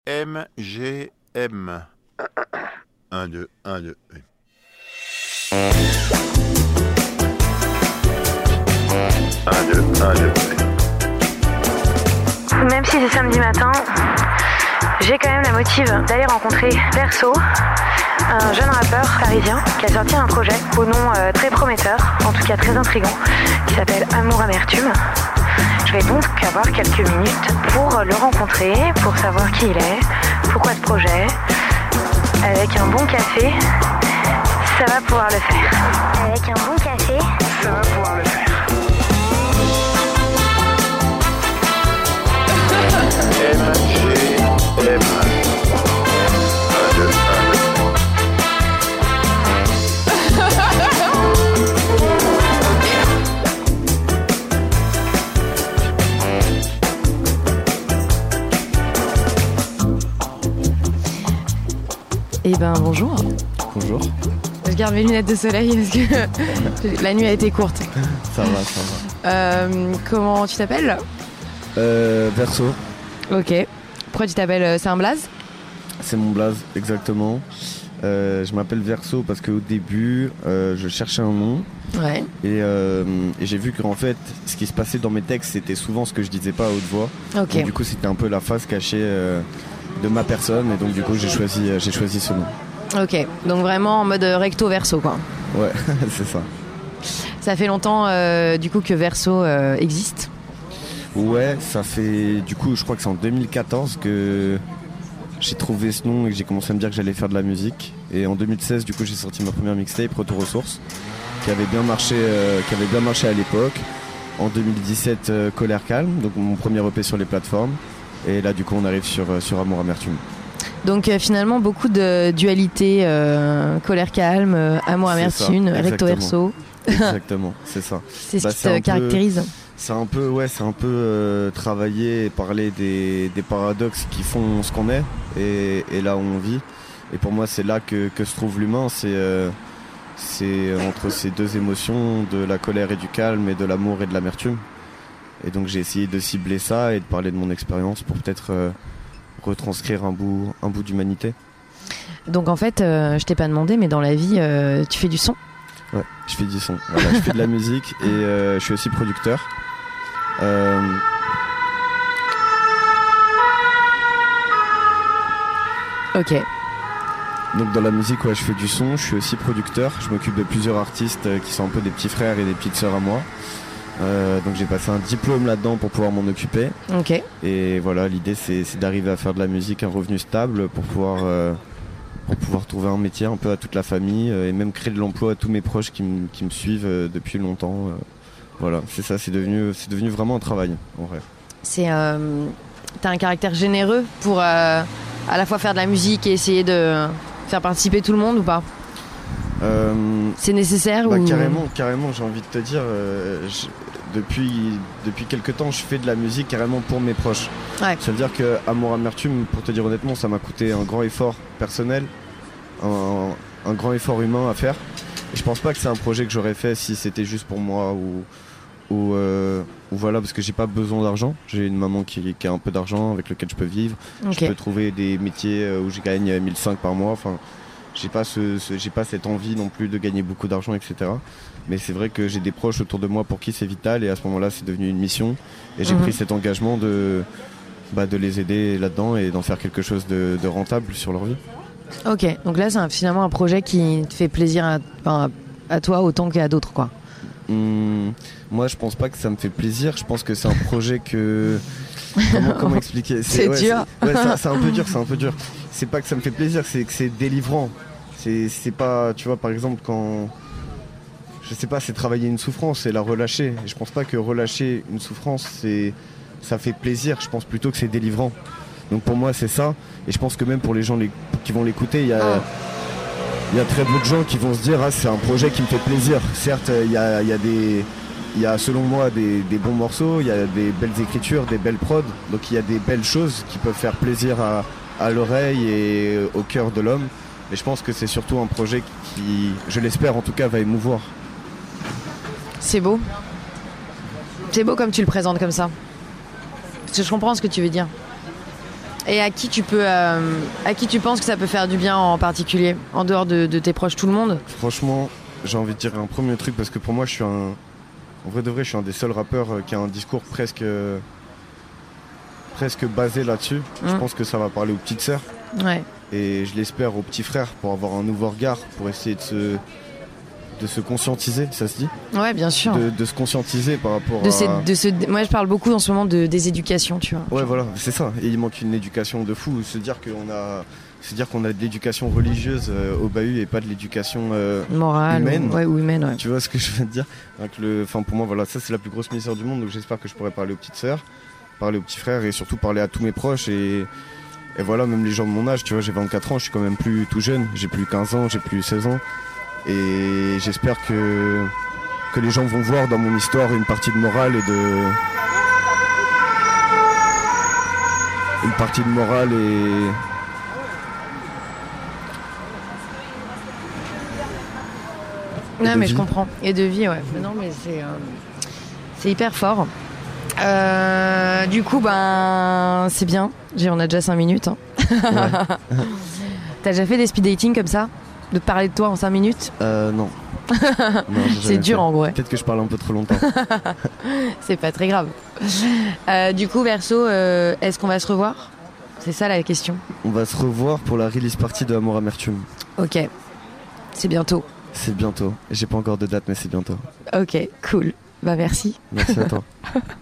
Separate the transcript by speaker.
Speaker 1: MGM. 1, 2, 1, 2.
Speaker 2: Même si c'est samedi matin, j'ai quand même la motive d'aller rencontrer Verso, un jeune rappeur parisien qui a sorti un projet au nom très prometteur, en tout cas très intriguant, qui s'appelle Amour Amertume. Je vais donc avoir quelques minutes pour le rencontrer, pour savoir qui il est, pourquoi ce projet. Avec un bon café, ça va pouvoir le faire. Avec un bon café, ça va pouvoir le faire.
Speaker 1: MGM. 1, 2, 1, 2.
Speaker 3: Eh ben bonjour.
Speaker 4: Bonjour.
Speaker 3: Je garde mes lunettes de soleil parce que la nuit a été courte.
Speaker 4: Ça va.
Speaker 3: Comment tu t'appelles ?
Speaker 4: Verso.
Speaker 3: Ok. Pourquoi tu t'appelles c'est un blaze ?
Speaker 4: C'est mon blaze, exactement. Je m'appelle Verso parce qu'au début, je cherchais un nom.
Speaker 3: Ouais.
Speaker 4: Et j'ai vu qu'en fait, ce qui se passait dans mes textes, c'était souvent ce que je disais pas à haute voix.
Speaker 3: Ok.
Speaker 4: Donc, du coup, c'était un peu la face cachée de ma personne. Et donc, du coup, j'ai choisi ce nom.
Speaker 3: Ok. Donc vraiment en mode recto verso quoi.
Speaker 4: Ouais, c'est ça.
Speaker 3: Ça fait longtemps du coup que Verso existe.
Speaker 4: Ouais, ça fait... Du coup, je crois que c'est en 2014 que j'ai trouvé ce nom et que j'ai commencé à me dire que j'allais faire de la musique. Et en 2016, du coup, j'ai sorti ma première mixtape, Retour aux sources, qui avait bien marché à l'époque. En 2017, Colère Calme, donc mon premier EP sur les plateformes. Et là, du coup, on arrive sur Amour Amertume.
Speaker 3: Donc finalement beaucoup de dualité, colère calme, amour amertume, recto verso.
Speaker 4: Exactement, c'est ça.
Speaker 3: C'est ce qui te caractérise.
Speaker 4: C'est un peu travailler et parler des paradoxes qui font ce qu'on est et là où on vit. Et pour moi, c'est là que se trouve l'humain. C'est entre ces deux émotions, de la colère et du calme, et de l'amour et de l'amertume. Et donc j'ai essayé de cibler ça et de parler de mon expérience pour peut-être retranscrire un bout d'humanité. Donc
Speaker 3: en fait, je t'ai pas demandé, mais dans la vie, tu fais du son ?
Speaker 4: Ouais, je fais du son. Voilà, je fais de la musique et je suis aussi producteur.
Speaker 3: Ok.
Speaker 4: Donc dans la musique, ouais, je fais du son, je suis aussi producteur. Je m'occupe de plusieurs artistes qui sont un peu des petits frères et des petites sœurs à moi. Donc j'ai passé un diplôme là-dedans pour pouvoir m'en occuper.
Speaker 3: Ok.
Speaker 4: Et voilà, l'idée c'est d'arriver à faire de la musique un revenu stable pour pouvoir trouver un métier un peu à toute la famille et même créer de l'emploi à tous mes proches qui me suivent depuis longtemps. Voilà, c'est ça, c'est devenu vraiment un travail en vrai.
Speaker 3: T'as un caractère généreux pour à la fois faire de la musique et essayer de faire participer tout le monde ou pas ? C'est nécessaire ou...
Speaker 4: Carrément, j'ai envie de te dire, depuis quelques temps, je fais de la musique carrément pour mes proches.
Speaker 3: Ouais.
Speaker 4: Ça veut dire que Amour Amertume, pour te dire honnêtement, ça m'a coûté un grand effort personnel, un grand effort humain à faire. Et je pense pas que c'est un projet que j'aurais fait si c'était juste pour moi ou voilà, parce que j'ai pas besoin d'argent. J'ai une maman qui a un peu d'argent avec lequel je peux vivre.
Speaker 3: Okay.
Speaker 4: Je peux trouver des métiers où je gagne 1 500 par mois. Enfin, j'ai pas cette envie non plus de gagner beaucoup d'argent, etc. Mais c'est vrai que j'ai des proches autour de moi pour qui c'est vital et à ce moment-là c'est devenu une mission et j'ai pris cet engagement de les aider là-dedans et d'en faire quelque chose de rentable sur leur vie.
Speaker 3: Ok, donc là c'est finalement un projet qui te fait plaisir à toi autant qu'à d'autres quoi.
Speaker 4: Moi je pense pas que ça me fait plaisir, je pense que c'est un projet que... Comment expliquer ?
Speaker 3: C'est dur.
Speaker 4: C'est un peu dur. C'est pas que ça me fait plaisir, c'est que c'est délivrant. C'est pas, tu vois, par exemple, quand... Je sais pas, c'est travailler une souffrance, c'est la relâcher. Et je pense pas que relâcher une souffrance, ça fait plaisir. Je pense plutôt que c'est délivrant. Donc pour moi, c'est ça. Et je pense que même pour les gens qui vont l'écouter, il y a très peu de gens qui vont se dire c'est un projet qui me fait plaisir. Certes, il y a selon moi des bons morceaux, il y a des belles écritures, des belles prods, donc il y a des belles choses qui peuvent faire plaisir à l'oreille et au cœur de l'homme. Mais je pense que c'est surtout un projet qui, je l'espère en tout cas, va émouvoir.
Speaker 3: C'est beau. C'est beau comme tu le présentes comme ça. Parce que je comprends ce que tu veux dire. Et à qui tu penses que ça peut faire du bien en particulier, en dehors de tes proches, tout le monde?
Speaker 4: Franchement, j'ai envie de dire un premier truc parce que pour moi, en vrai de vrai, je suis un des seuls rappeurs qui a un discours presque basé là-dessus. Je pense que ça va parler aux petites sœurs.
Speaker 3: Ouais.
Speaker 4: Et je l'espère aux petits frères pour avoir un nouveau regard, pour essayer de se conscientiser, ça se dit?
Speaker 3: Ouais, bien sûr.
Speaker 4: De se conscientiser par rapport
Speaker 3: Moi, je parle beaucoup en ce moment de déséducation, tu vois.
Speaker 4: Ouais, voilà, c'est ça. Et il manque une éducation de fou. Se dire qu'on a de l'éducation religieuse au bahut et pas de l'éducation
Speaker 3: morale
Speaker 4: humaine.
Speaker 3: Ou humaine, ouais.
Speaker 4: Tu vois ce que je veux te dire? Pour moi, voilà, ça c'est la plus grosse misère du monde. Donc j'espère que je pourrai parler aux petites sœurs, parler aux petits frères et surtout parler à tous mes proches. Et voilà, même les gens de mon âge, tu vois, j'ai 24 ans, je suis quand même plus tout jeune. J'ai plus 15 ans, j'ai plus 16 ans. Et j'espère que les gens vont voir dans mon histoire une partie de morale
Speaker 3: Non, mais je comprends. Et de vie, ouais. Mais non, mais c'est hyper fort. Du coup, c'est bien. On a déjà 5 minutes. Hein. Ouais. T'as déjà fait des speed dating comme ça? De parler de toi en 5 minutes?
Speaker 4: Non.
Speaker 3: C'est dur en gros.
Speaker 4: Peut-être que je parle un peu trop longtemps.
Speaker 3: C'est pas très grave. Du coup, Verso, est-ce qu'on va se revoir? C'est ça la question.
Speaker 4: On va se revoir pour la release party de Amour Amertume.
Speaker 3: Ok. C'est bientôt.
Speaker 4: C'est bientôt. J'ai pas encore de date, mais c'est bientôt.
Speaker 3: Ok, cool. Merci.
Speaker 4: Merci à toi.